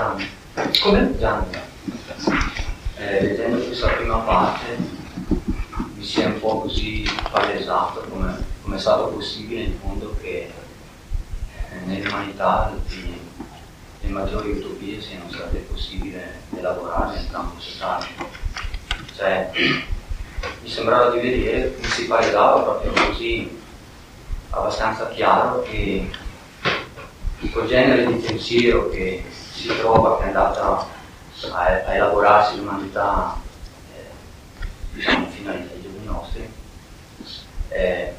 Gianni. Come? Gianni. Leggendo questa prima parte mi si è un po' così palesato come è stato possibile in fondo che nell'umanità le maggiori utopie siano state possibili elaborare nel campo sociale. Cioè, mi sembrava di vedere, mi si palesava proprio così abbastanza chiaro che quel genere di pensiero che si trova, che è andata a elaborarsi l'umanità diciamo fino ai giorni nostri, è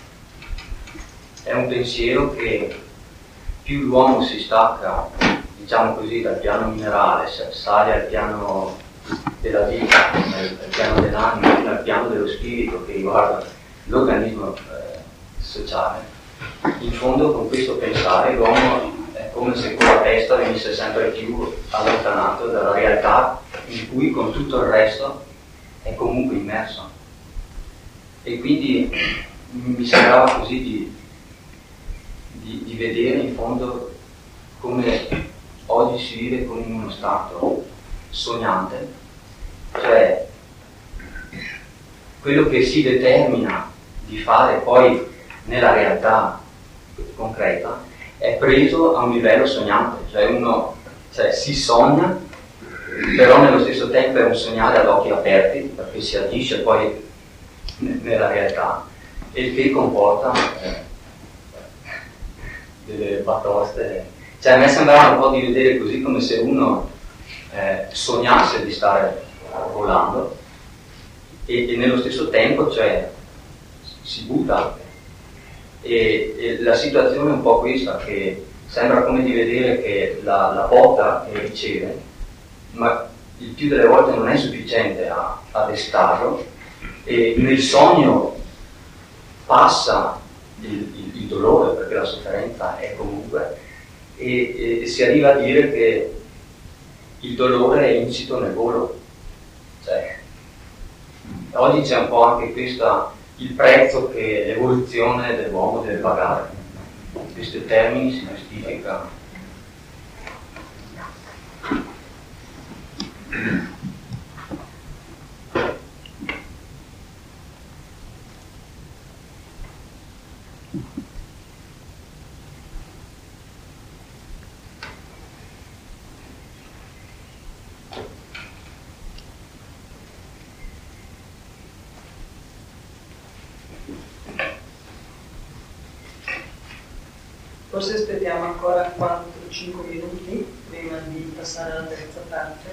un pensiero che più l'uomo si stacca, diciamo così, dal piano minerale, sale al piano della vita, al piano dell'anima, fino al piano dello spirito che riguarda l'organismo sociale. In fondo con questo pensare l'uomo è come se con la testa venisse sempre più allontanato dalla realtà in cui con tutto il resto è comunque immerso. E quindi mi sembrava così di vedere in fondo come oggi si vive come in uno stato sognante, cioè quello che si determina di fare poi nella realtà concreta è preso a un livello sognante, cioè uno si sogna, però nello stesso tempo è un sognare ad occhi aperti perché si agisce poi nella realtà, e il che comporta delle batoste. Cioè a me sembrava un po' di vedere così come se uno sognasse di stare volando e nello stesso tempo si butta. E la situazione è un po' questa, che sembra come di vedere che la botta che riceve, ma il più delle volte non è sufficiente a destarlo, e nel sogno passa il dolore, perché la sofferenza è comunque, e si arriva a dire che il dolore è insito nel volo. Cioè, oggi c'è un po' anche il prezzo che l'evoluzione dell'uomo deve pagare. In questi termini si giustifica. Forse aspettiamo ancora 4-5 minuti prima di passare alla terza parte.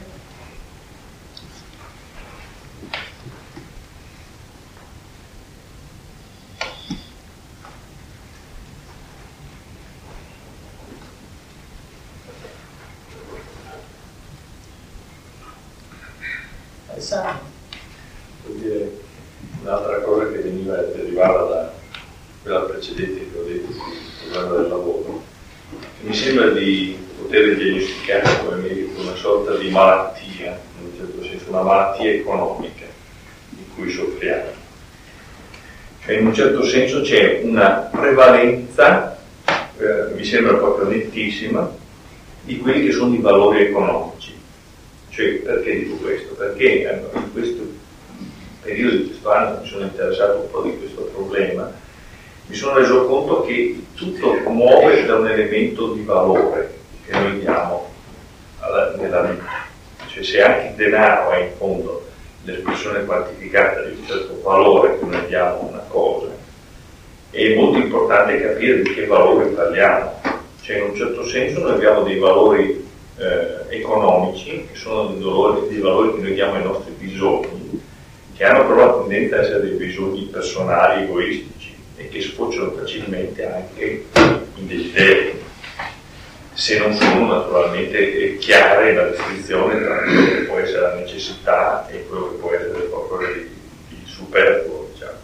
Alessandro. Vuol dire un'altra cosa che derivava da quella precedente che ho detto, il problema del lavoro. Mi sembra di poter diagnosticare come medico una sorta di malattia, in un certo senso una malattia economica di cui soffriamo. Cioè in un certo senso c'è una prevalenza, mi sembra proprio nettissima, di quelli che sono i valori economici. Cioè, perché dico questo? Perché in questo periodo di questo anno mi sono interessato un po' di questo problema, mi sono reso conto che tutto muove da un elemento di valore che noi diamo nella vita. Cioè se anche il denaro è in fondo l'espressione quantificata di un certo valore che noi diamo a una cosa, è molto importante capire di che valore parliamo. Cioè in un certo senso noi abbiamo dei valori economici, che sono dei valori che noi diamo ai nostri bisogni, che hanno però la tendenza a essere dei bisogni personali, egoistici, e che sfociano facilmente anche in desideri, se non sono naturalmente chiare la distinzione tra quello che può essere la necessità e quello che può essere qualcosa di superfluo, diciamo.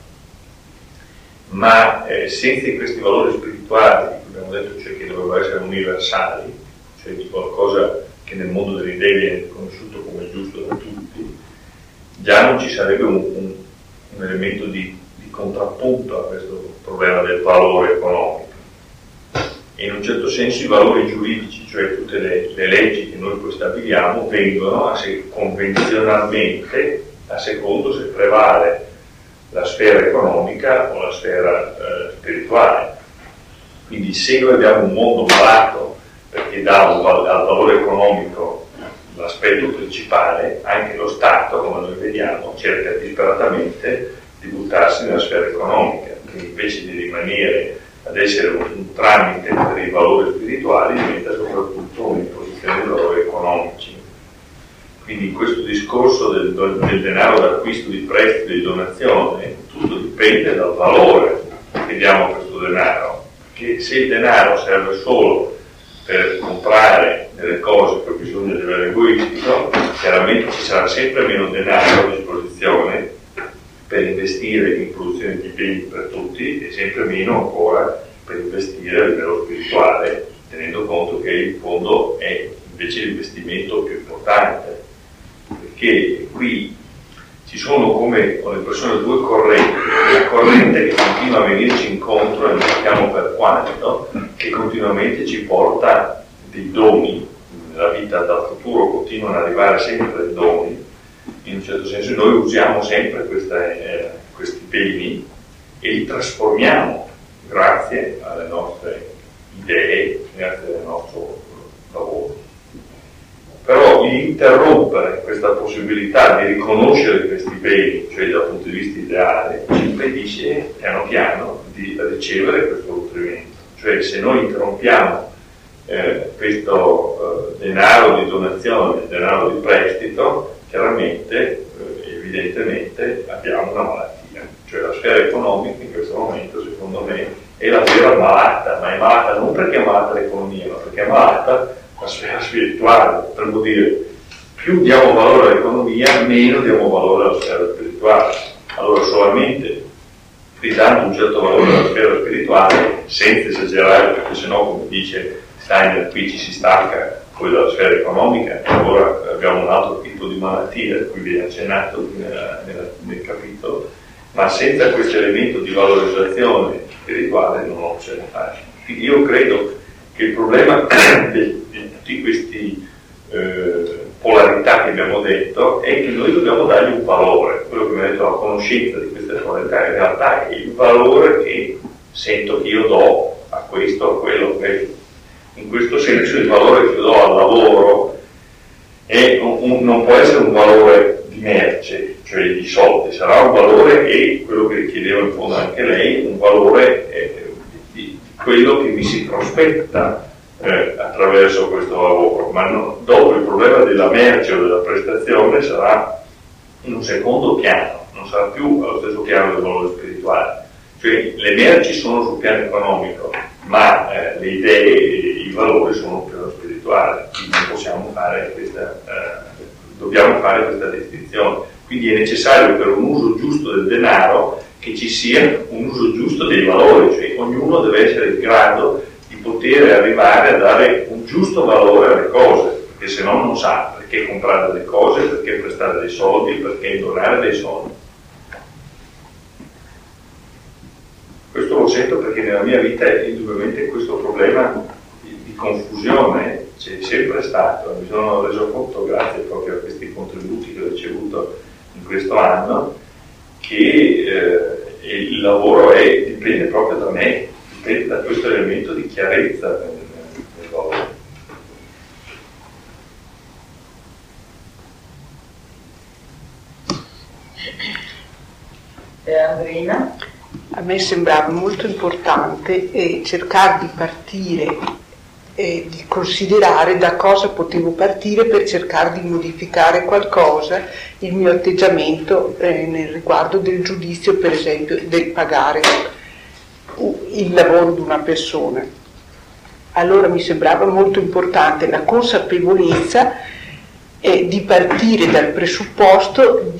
Ma senza questi valori spirituali, di cui abbiamo detto, cioè che dovrebbero essere universali, cioè di qualcosa che nel mondo delle idee viene riconosciuto come giusto da tutti, già non ci sarebbe un elemento di contrappunto a questo problema del valore economico. e in un certo senso i valori giuridici, cioè tutte le leggi che noi poi stabiliamo, vengono convenzionalmente a secondo se prevale la sfera economica o la sfera spirituale. Quindi se noi abbiamo un mondo malato perché dà al valore economico l'aspetto principale, anche lo Stato, come noi vediamo, cerca disperatamente di buttarsi nella sfera economica, che invece di rimanere ad essere un tramite per i valori spirituali diventa soprattutto un'imposizione dei valori economici. Quindi in questo discorso del denaro d'acquisto, di prestito, di donazione, tutto dipende dal valore che diamo a questo denaro, che se il denaro serve solo per comprare delle cose per bisogno di livello egoistico, chiaramente ci sarà sempre meno denaro a disposizione per investire in produzione di beni per tutti e sempre meno ancora per investire a livello spirituale, tenendo conto che il fondo è invece l'investimento più importante, perché qui ci sono come con le persone due correnti, una corrente che continua a venirci incontro e non sappiamo per quanto, che continuamente ci porta dei doni, nella vita dal futuro continuano ad arrivare sempre doni, in un certo senso noi usiamo sempre questi beni e li trasformiamo grazie alle nostre idee, grazie al nostro lavoro. Però interrompere questa possibilità di riconoscere questi beni, cioè dal punto di vista ideale, ci impedisce piano piano di ricevere questo nutrimento. Cioè se noi interrompiamo questo denaro di donazione, denaro di prestito, chiaramente, evidentemente abbiamo una malattia. Cioè la sfera economica in questo momento, secondo me, è la vera malata, ma è malata non perché è malata l'economia, ma perché è malata la sfera spirituale. Potremmo dire, più diamo valore all'economia, meno diamo valore alla sfera spirituale. Allora solamente ridando un certo valore alla sfera spirituale, senza esagerare, perché sennò, come dice Steiner, qui ci si stacca poi dalla sfera economica, e allora abbiamo un altro tipo di malattia, a cui viene accennato nel capitolo, ma senza questo elemento di valorizzazione spirituale non ce la fare. Quindi io credo che il problema di tutti questi polarità che abbiamo detto è che noi dobbiamo dargli un valore. Quello che mi ha detto, la conoscenza di queste polarità in realtà è il valore che sento che io do a questo, a quello, a quello. In questo senso il valore che io do al lavoro non può essere un valore di merce, cioè di soldi, sarà un valore, e quello che richiedeva in fondo anche lei, un valore di quello che mi si prospetta attraverso questo lavoro, ma dopo il problema della merce o della prestazione sarà in un secondo piano, non sarà più allo stesso piano del valore spirituale. Cioè le merci sono sul piano economico, ma le idee e i valori sono sul piano spirituale, quindi non possiamo fare dobbiamo fare questa distinzione. Quindi è necessario, per un uso giusto del denaro, che ci sia un uso giusto dei valori, cioè ognuno deve essere in grado di poter arrivare a dare un giusto valore alle cose, perché se no non sa perché comprare delle cose, perché prestare dei soldi, perché donare dei soldi. Questo lo sento perché nella mia vita indubbiamente questo problema di confusione c'è sempre stato. Mi sono reso conto, grazie proprio a questi contributi che ho ricevuto in questo anno, che il lavoro dipende proprio da me, dipende da questo elemento di chiarezza nel valore. Andrina? A me sembrava molto importante cercare di partire e di considerare da cosa potevo partire per cercare di modificare qualcosa, il mio atteggiamento nel riguardo del giudizio, per esempio, del pagare il lavoro di una persona. Allora mi sembrava molto importante la consapevolezza di partire dal presupposto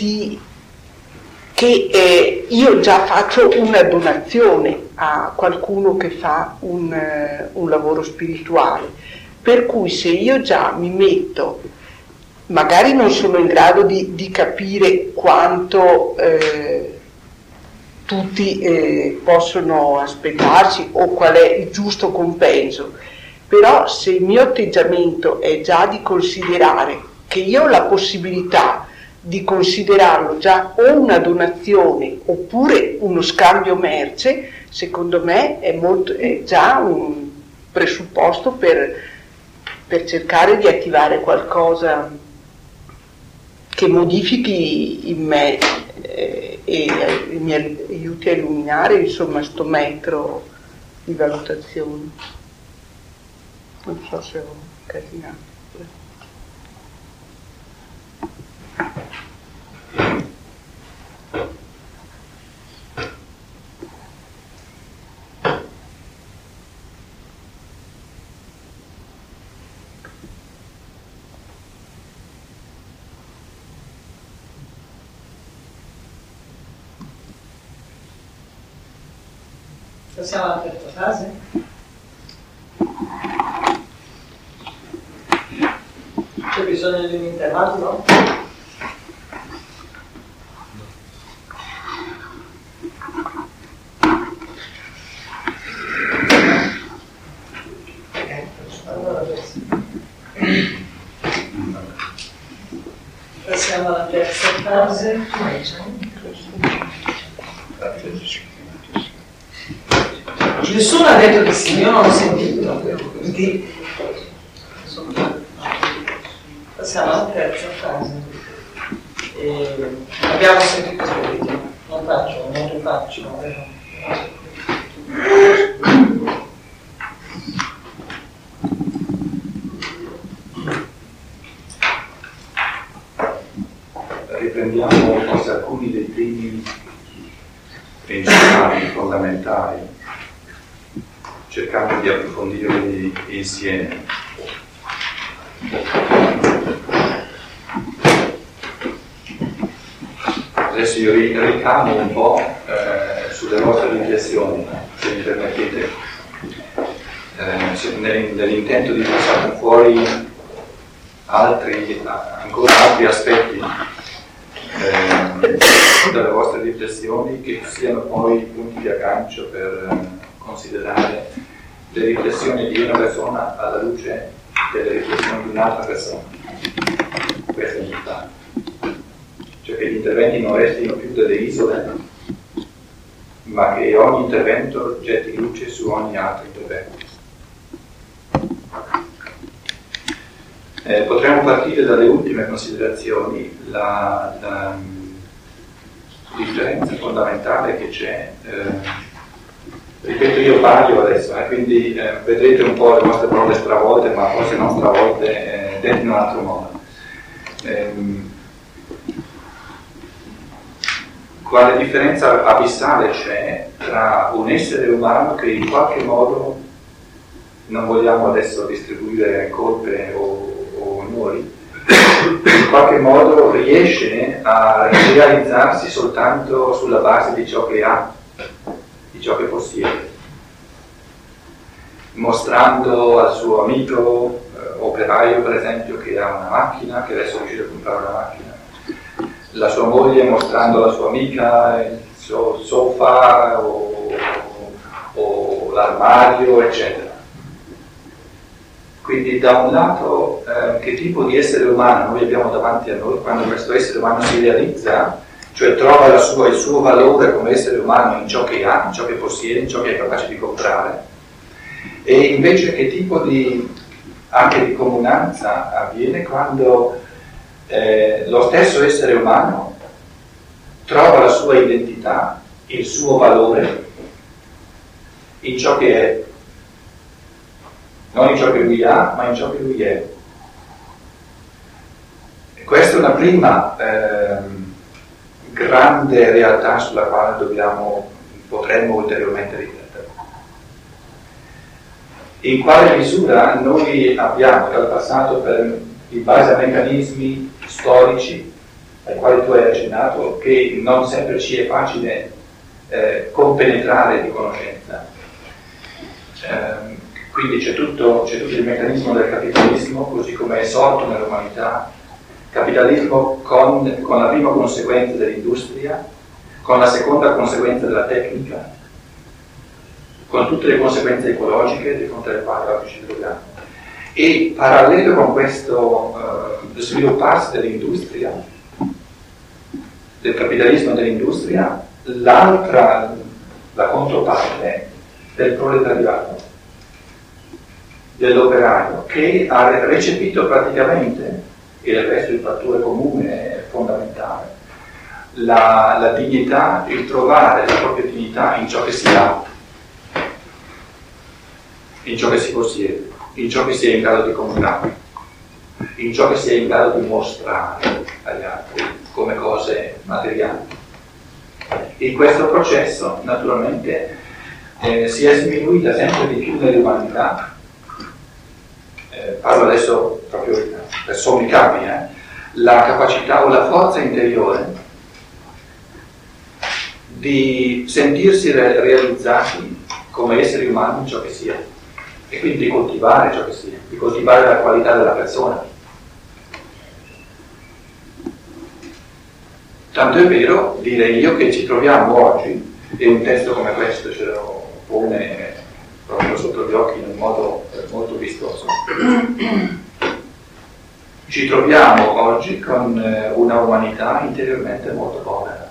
che io già faccio una donazione a qualcuno che fa un lavoro spirituale, per cui se io già mi metto, magari non sono in grado di capire quanto tutti possono aspettarsi o qual è il giusto compenso. Però se il mio atteggiamento è già di considerare che io ho la possibilità di considerarlo già o una donazione oppure uno scambio merce, secondo me è già un presupposto per cercare di attivare qualcosa che modifichi in me e mi aiuti a illuminare, insomma, sto metro di valutazione. Non so se ho incasinato. Passiamo alla terza fase. C'è bisogno di un intervallo? Allora, passiamo alla terza fase. Nessuno ha detto di sì, io non l'ho sentito. Quindi passiamo alla terza fase. Abbiamo sentito tutto, non rifaccio, vero? Riprendiamo forse alcuni dei temi principali, fondamentali, cercando di approfondirli insieme. Adesso io ricamo un po' sulle vostre riflessioni, se mi permettete, nell'intento di passare fuori ancora altri aspetti dalle vostre riflessioni che siano poi punti di aggancio per considerare le riflessioni di una persona alla luce delle riflessioni di un'altra persona. Questo è importante. Cioè che gli interventi non restino più delle isole, ma che ogni intervento getti luce su ogni altro intervento. Potremmo partire dalle ultime considerazioni. La differenza fondamentale che c'è, ripeto, io parlo adesso, quindi vedrete un po' le vostre parole stravolte, ma forse non stravolte, dette in un altro modo. Quale differenza abissale c'è tra un essere umano che in qualche modo, non vogliamo adesso distribuire colpe o onori, in qualche modo riesce a realizzarsi soltanto sulla base di ciò che ha, di ciò che possiede, mostrando al suo amico operaio, per esempio, che ha una macchina, che adesso è riuscito a comprare una macchina, la sua moglie mostrando alla sua amica il suo sofa o l'armadio, eccetera. Quindi da un lato che tipo di essere umano noi abbiamo davanti a noi quando questo essere umano si realizza, cioè trova il suo valore come essere umano in ciò che ha, in ciò che possiede, in ciò che è capace di comprare, e invece che tipo anche di comunanza avviene quando lo stesso essere umano trova la sua identità, il suo valore in ciò che è, non in ciò che lui ha, ma in ciò che lui è. E questa è una prima grande realtà sulla quale potremmo ulteriormente riflettere. In quale misura noi abbiamo dal passato, in base a meccanismi storici ai quali tu hai accennato, che non sempre ci è facile compenetrare di conoscenza. Quindi c'è tutto il meccanismo del capitalismo, così come è sorto nell'umanità, capitalismo con la prima conseguenza dell'industria, con la seconda conseguenza della tecnica, con tutte le conseguenze ecologiche di fronte alle quali oggi ci troviamo. E parallelo con questo svilupparsi dell'industria, del capitalismo e dell'industria, la controparte del proletariato, dell'operaio, che ha recepito praticamente, e del resto il fattore comune è fondamentale, la dignità, il trovare la propria dignità in ciò che si ha, in ciò che si possiede, in ciò che si è in grado di comprare, in ciò che si è in grado di mostrare agli altri come cose materiali. In questo processo naturalmente si è sminuita sempre di più nell'umanità, parlo adesso proprio per sommi capi, la capacità o la forza interiore di sentirsi realizzati come esseri umani in ciò che sia, e quindi di coltivare ciò che sia, di coltivare la qualità della persona. Tanto è vero, direi io, che ci troviamo oggi, e un testo come questo ce lo pone proprio sotto gli occhi in un modo molto vistoso, ci troviamo oggi con una umanità interiormente molto povera,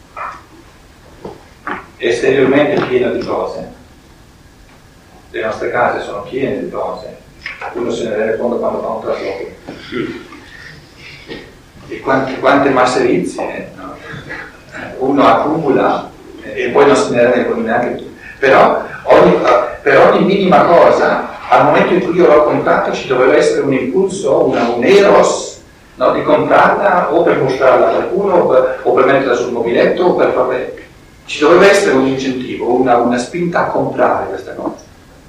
esteriormente piena di cose. Le nostre case sono piene di cose, uno se ne rende conto quando fa un trasloco. E quante masserizie, no? Uno accumula e poi non se ne rende conto neanche più. Però per ogni minima cosa, al momento in cui io l'ho comprata, ci doveva essere un impulso, un eros, no? Di comprarla o per mostrarla a qualcuno o per metterla sul mobiletto o per farle. Ci doveva essere un incentivo, una spinta a comprare questa cosa.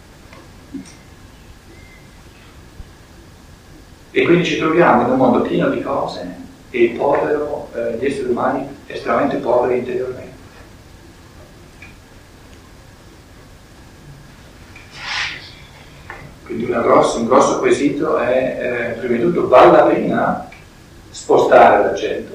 E quindi ci troviamo in un mondo pieno di cose e povero, gli esseri umani estremamente poveri interiormente. Quindi un grosso quesito è, prima di tutto, vale la pena spostare l'accento?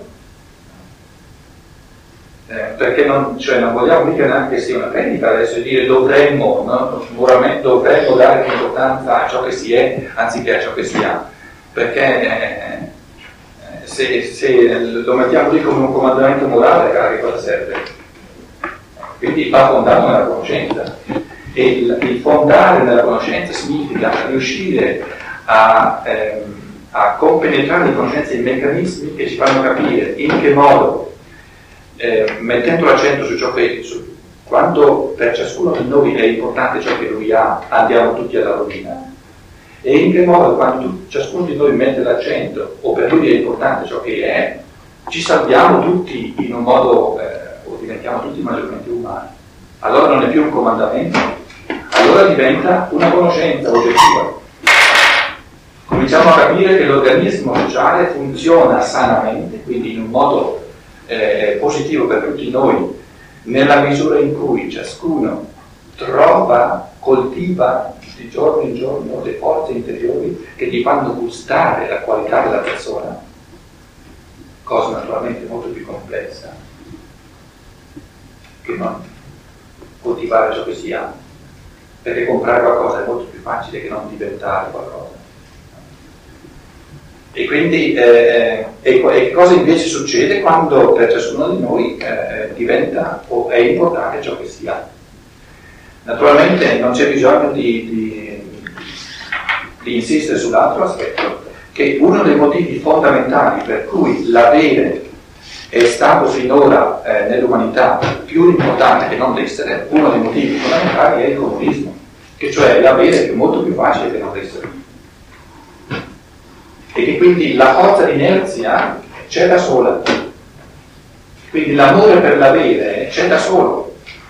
Perché non vogliamo mica neanche che sia una vendita adesso di dire dovremmo, no? Dovremmo dare più importanza a ciò che si è anziché a ciò che si ha. Perché se lo mettiamo lì come un comandamento morale, a che cosa serve? Quindi va fondato nella conoscenza, e il fondare nella conoscenza significa riuscire a compenetrare in conoscenza i meccanismi che ci fanno capire in che modo, mettendo l'accento su ciò che quando per ciascuno di noi è importante ciò che lui ha, andiamo tutti alla rovina. E in che modo, quando ciascuno di noi mette l'accento, o per lui è importante ciò che è, ci salviamo tutti in un modo, o diventiamo tutti maggiormente umani. Allora non è più un comandamento, allora diventa una conoscenza oggettiva. Cominciamo a capire che l'organismo sociale funziona sanamente, quindi in un modo positivo per tutti noi, nella misura in cui ciascuno coltiva di giorno in giorno le forze interiori che gli fanno gustare la qualità della persona, cosa naturalmente molto più complessa che non coltivare ciò che si ha, perché comprare qualcosa è molto più facile che non diventare qualcosa. E quindi e cosa invece succede quando per ciascuno di noi diventa o è importante ciò che si ha? Naturalmente non c'è bisogno di insistere sull'altro aspetto, che uno dei motivi fondamentali per cui l'avere è stato finora nell'umanità più importante che non l'essere, uno dei motivi fondamentali è il comunismo, che cioè l'avere è molto più facile che non l'essere. E che quindi la forza di inerzia c'è da sola. Quindi l'amore per l'avere c'è da solo.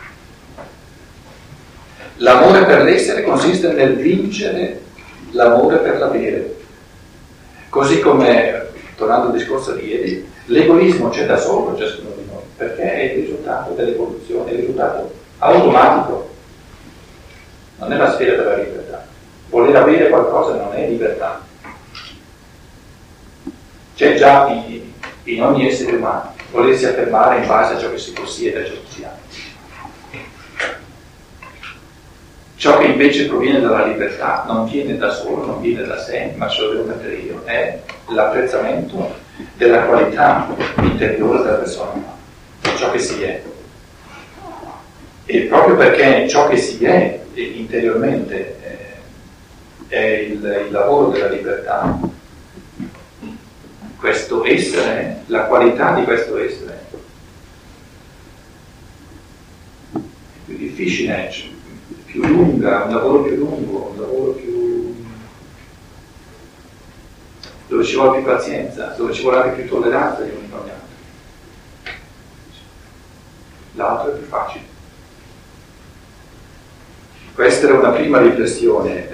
L'amore per l'essere consiste nel vincere l'amore per l'avere. Così come, tornando al discorso di ieri, l'egoismo c'è da solo ciascuno di noi, perché è il risultato dell'evoluzione, è il risultato automatico. Non è la sfera della libertà. Voler avere qualcosa non è libertà. C'è già in ogni essere umano. volersi affermare in base a ciò che si possiede, a ciò che si ha. Ciò che invece proviene dalla libertà non viene da solo, non viene da sé, ma ce lo devo mettere io, è l'apprezzamento della qualità interiore della persona, ciò che si è. E proprio perché ciò che si è interiormente è il lavoro della libertà, questo essere, la qualità di questo essere, è più difficile, più lunga, un lavoro più lungo, un lavoro più dove ci vuole più pazienza, dove ci vuole anche più tolleranza di uno con gli altri. L'altro è più facile. Questa era una prima riflessione.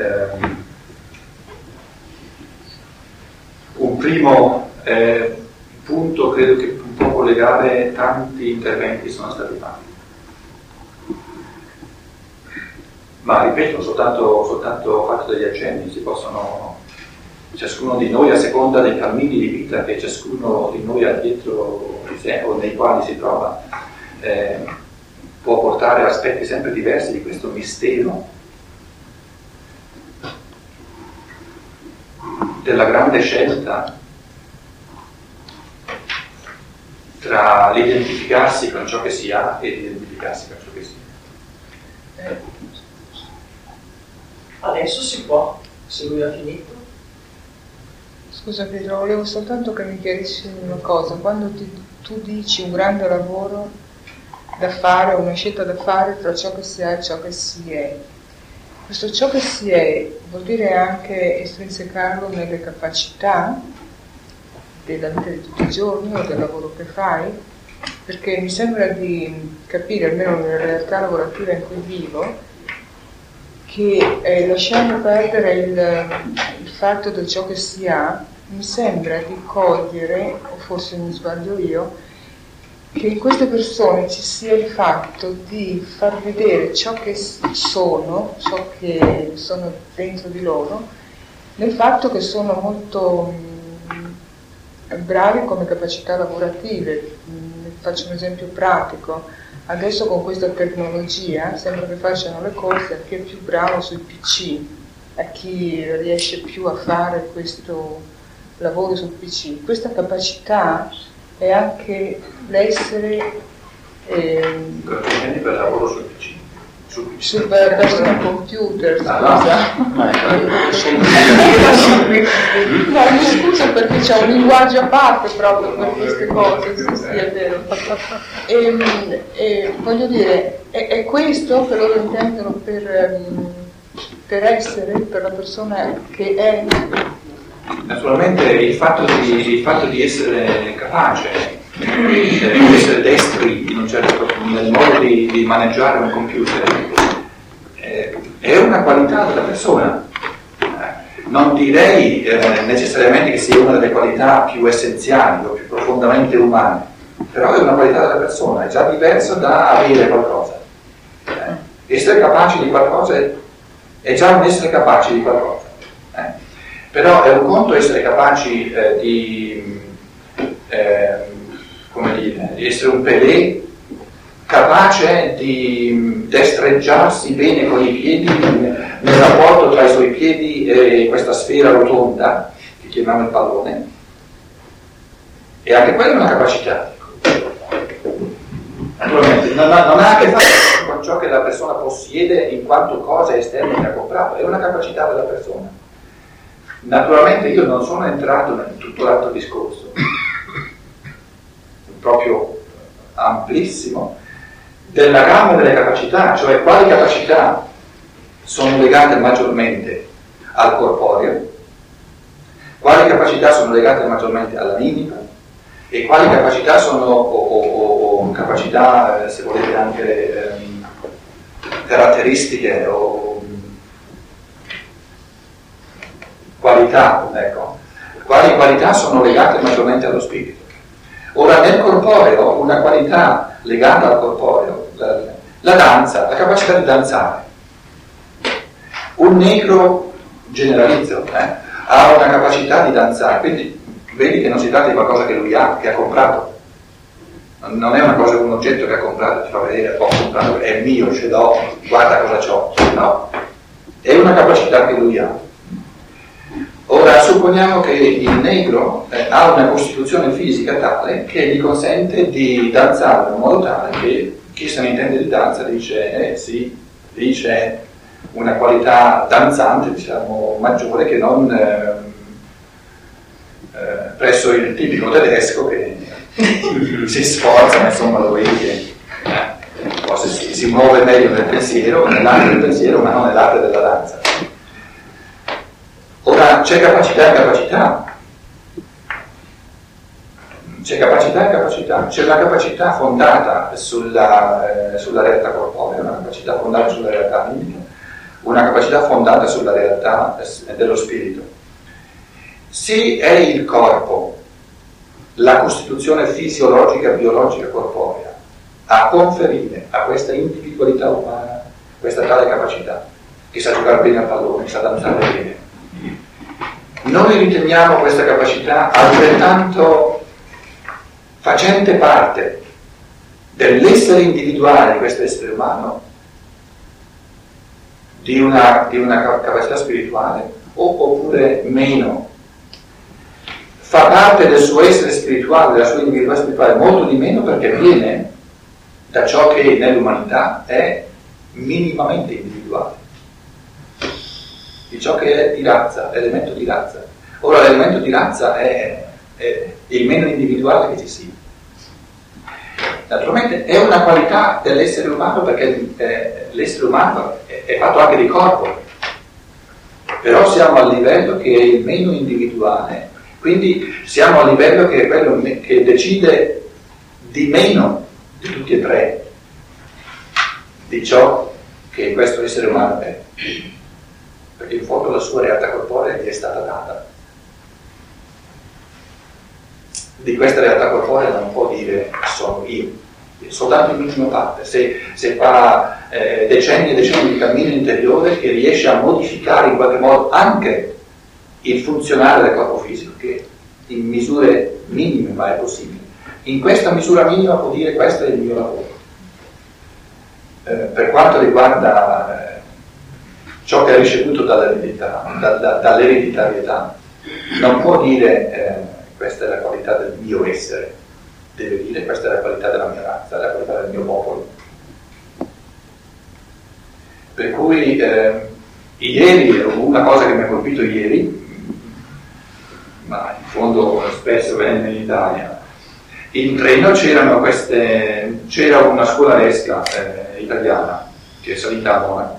Un primo punto credo che un po' collegare tanti interventi che sono stati fatti. Ma ripeto, soltanto fatto degli accenni, si possono, ciascuno di noi a seconda dei cammini di vita che ciascuno di noi ha dietro di sé o nei quali si trova, può portare aspetti sempre diversi di questo mistero della grande scelta tra l'identificarsi con ciò che si ha e l'identificarsi con ciò che si è. Adesso si può, se lui ha finito. Scusa Pietro, volevo soltanto che mi chiarissi una cosa. Quando tu dici un grande lavoro da fare, una scelta da fare tra ciò che si ha e ciò che si è, questo ciò che si è vuol dire anche estrinsecarlo nelle capacità della vita di tutti i giorni o del lavoro che fai? Perché mi sembra di capire, almeno nella realtà lavorativa in cui vivo, che lasciando perdere il fatto di ciò che si ha, mi sembra di cogliere, o forse mi sbaglio io, che in queste persone ci sia il fatto di far vedere ciò che sono, ciò che sono dentro di loro, nel fatto che sono molto bravi come capacità lavorative. Faccio un esempio pratico. Adesso con questa tecnologia sembra che facciano le cose a chi è più bravo sui PC, a chi riesce più a fare questo lavoro sul PC. Questa capacità è anche l'essere per lavoro sul PC. Sul personal computer, scusa. No, mi scuso perché c'è un linguaggio a parte proprio per queste cose, sì, è vero. E voglio dire, è questo che loro intendono per essere, per la persona che è. Naturalmente il fatto di essere capace, di essere destri in un certo, nel modo di maneggiare un computer, è una qualità della persona. Non direi necessariamente che sia una delle qualità più essenziali o più profondamente umane, però è una qualità della persona, è già diverso da avere qualcosa. Essere capaci di qualcosa è già un essere capaci di qualcosa. Però è un conto essere capaci di essere un Pelé capace di destreggiarsi bene con i piedi nel rapporto tra i suoi piedi e questa sfera rotonda che chiamiamo il pallone, e anche quella è una capacità. Naturalmente non ha a che fare con ciò che la persona possiede in quanto cosa esterna che ha comprato, è una capacità della persona. Naturalmente io non sono entrato in tutto l'altro discorso proprio amplissimo della gamma delle capacità, cioè quali capacità sono legate maggiormente al corporeo, quali capacità sono legate maggiormente alla mimica e quali capacità sono o capacità, se volete, anche caratteristiche o qualità, ecco, quali qualità sono legate maggiormente allo spirito. Ora, nel corporeo, una qualità legata al corporeo, la danza, la capacità di danzare. Un negro, generalizzo, ha una capacità di danzare, quindi vedi che non si tratta di qualcosa che lui ha, che ha comprato. non è una cosa, un oggetto che ha comprato, ti fa vedere, ho comprato, è mio, ce l'ho, guarda cosa c'ho, no, è una capacità che lui ha. Ora supponiamo che il negro ha una costituzione fisica tale che gli consente di danzare in modo tale che chi se ne intende di danza dice sì, lì c'è una qualità danzante, diciamo, maggiore che non presso il tipico tedesco che si sforza, ma insomma lo vedi che forse si muove meglio nel pensiero, nell'arte del pensiero, ma non nell'arte della danza. Ora c'è capacità e capacità. C'è capacità e capacità. C'è una capacità fondata sulla realtà corporea, una capacità fondata sulla realtà animica, una capacità fondata sulla realtà dello spirito. Se è il corpo, la costituzione fisiologica, biologica, corporea, a conferire a questa individualità umana questa tale capacità, che sa giocare bene a pallone, che sa danzare bene, noi riteniamo questa capacità altrettanto facente parte dell'essere individuale di questo essere umano, di una capacità spirituale, oppure meno. Fa parte del suo essere spirituale, della sua individualità spirituale, molto di meno, perché viene da ciò che nell'umanità è minimamente individuale, di ciò che è di razza, elemento di razza. Ora l'elemento di razza è il meno individuale che ci sia. Naturalmente è una qualità dell'essere umano, perché l'essere umano è fatto anche di corpo, però siamo al livello che è il meno individuale, quindi siamo al livello che è quello che decide di meno di tutti e tre di ciò che questo essere umano è, perché in fondo la sua realtà corporea gli è stata data. Di questa realtà corporea non può dire sono io, soltanto in minima parte. Se fa decenni e decenni di cammino interiore, che riesce a modificare in qualche modo anche il funzionare del corpo fisico, che in misure minime ma è possibile. In questa misura minima può dire questo è il mio lavoro. Per quanto riguarda ciò che ha ricevuto dall'ereditarietà, non può dire questa è la qualità del mio essere, deve dire questa è la qualità della mia razza, la qualità del mio popolo. Per cui ieri, una cosa che mi ha colpito ieri, ma in fondo spesso venne in Italia, in treno c'era una scolaresca italiana che è salita a Monaco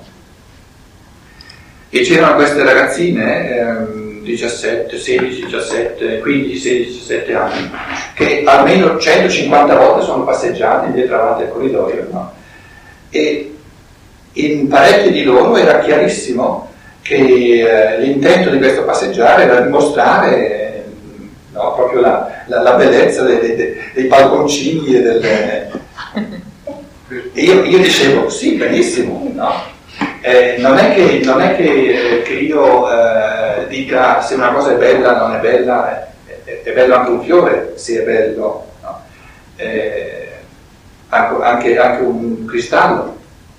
e c'erano queste ragazzine 17, 16, 17, 15, 16, 17 anni che almeno 150 volte sono passeggiate dietro avanti al corridoio, no? E in parecchi di loro era chiarissimo che l'intento di questo passeggiare era dimostrare proprio la bellezza dei palconcini e io dicevo sì, benissimo, no? Non è che io dica se una cosa è bella non è bella, è bello anche un fiore se è bello, no? Anche un cristallo.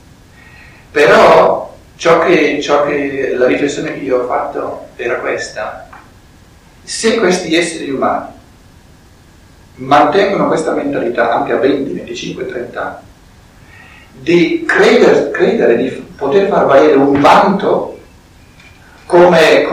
Però ciò che la riflessione che io ho fatto era questa: se questi esseri umani mantengono questa mentalità anche a 20, 25, 30 anni, di credere di poter far valere un vanto come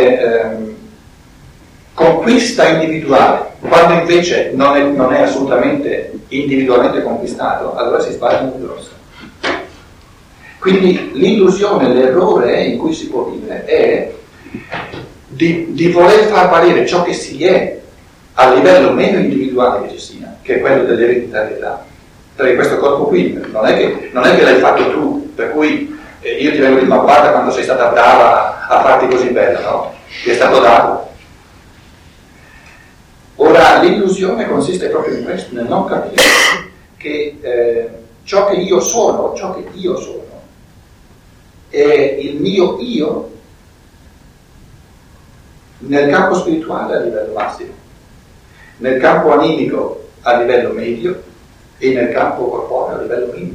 conquista individuale, quando invece non è assolutamente individualmente conquistato, allora si sbaglia molto grosso. Quindi l'illusione, l'errore in cui si può vivere è di voler far valere ciò che si è a livello meno individuale che ci sia, che è quello dell'ereditarietà. Perché questo corpo qui non è che l'hai fatto tu, per cui io ti vengo a dire ma guarda quanto sei stata brava a farti così bella, no? Ti è stato dato. Ora l'illusione consiste proprio in questo, nel non capire che ciò che io sono è il mio io nel campo spirituale a livello massimo, nel campo animico a livello medio e nel campo corporeo a livello minimo.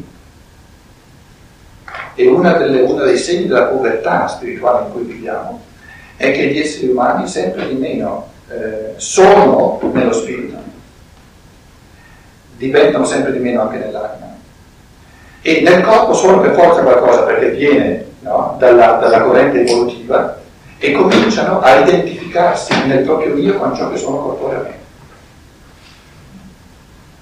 E uno dei segni della povertà spirituale in cui viviamo è che gli esseri umani sempre di meno sono nello spirito, diventano sempre di meno anche nell'anima, e nel corpo sono per forza qualcosa perché viene, no, dalla corrente evolutiva, e cominciano a identificarsi nel proprio io con ciò che sono corporeamente.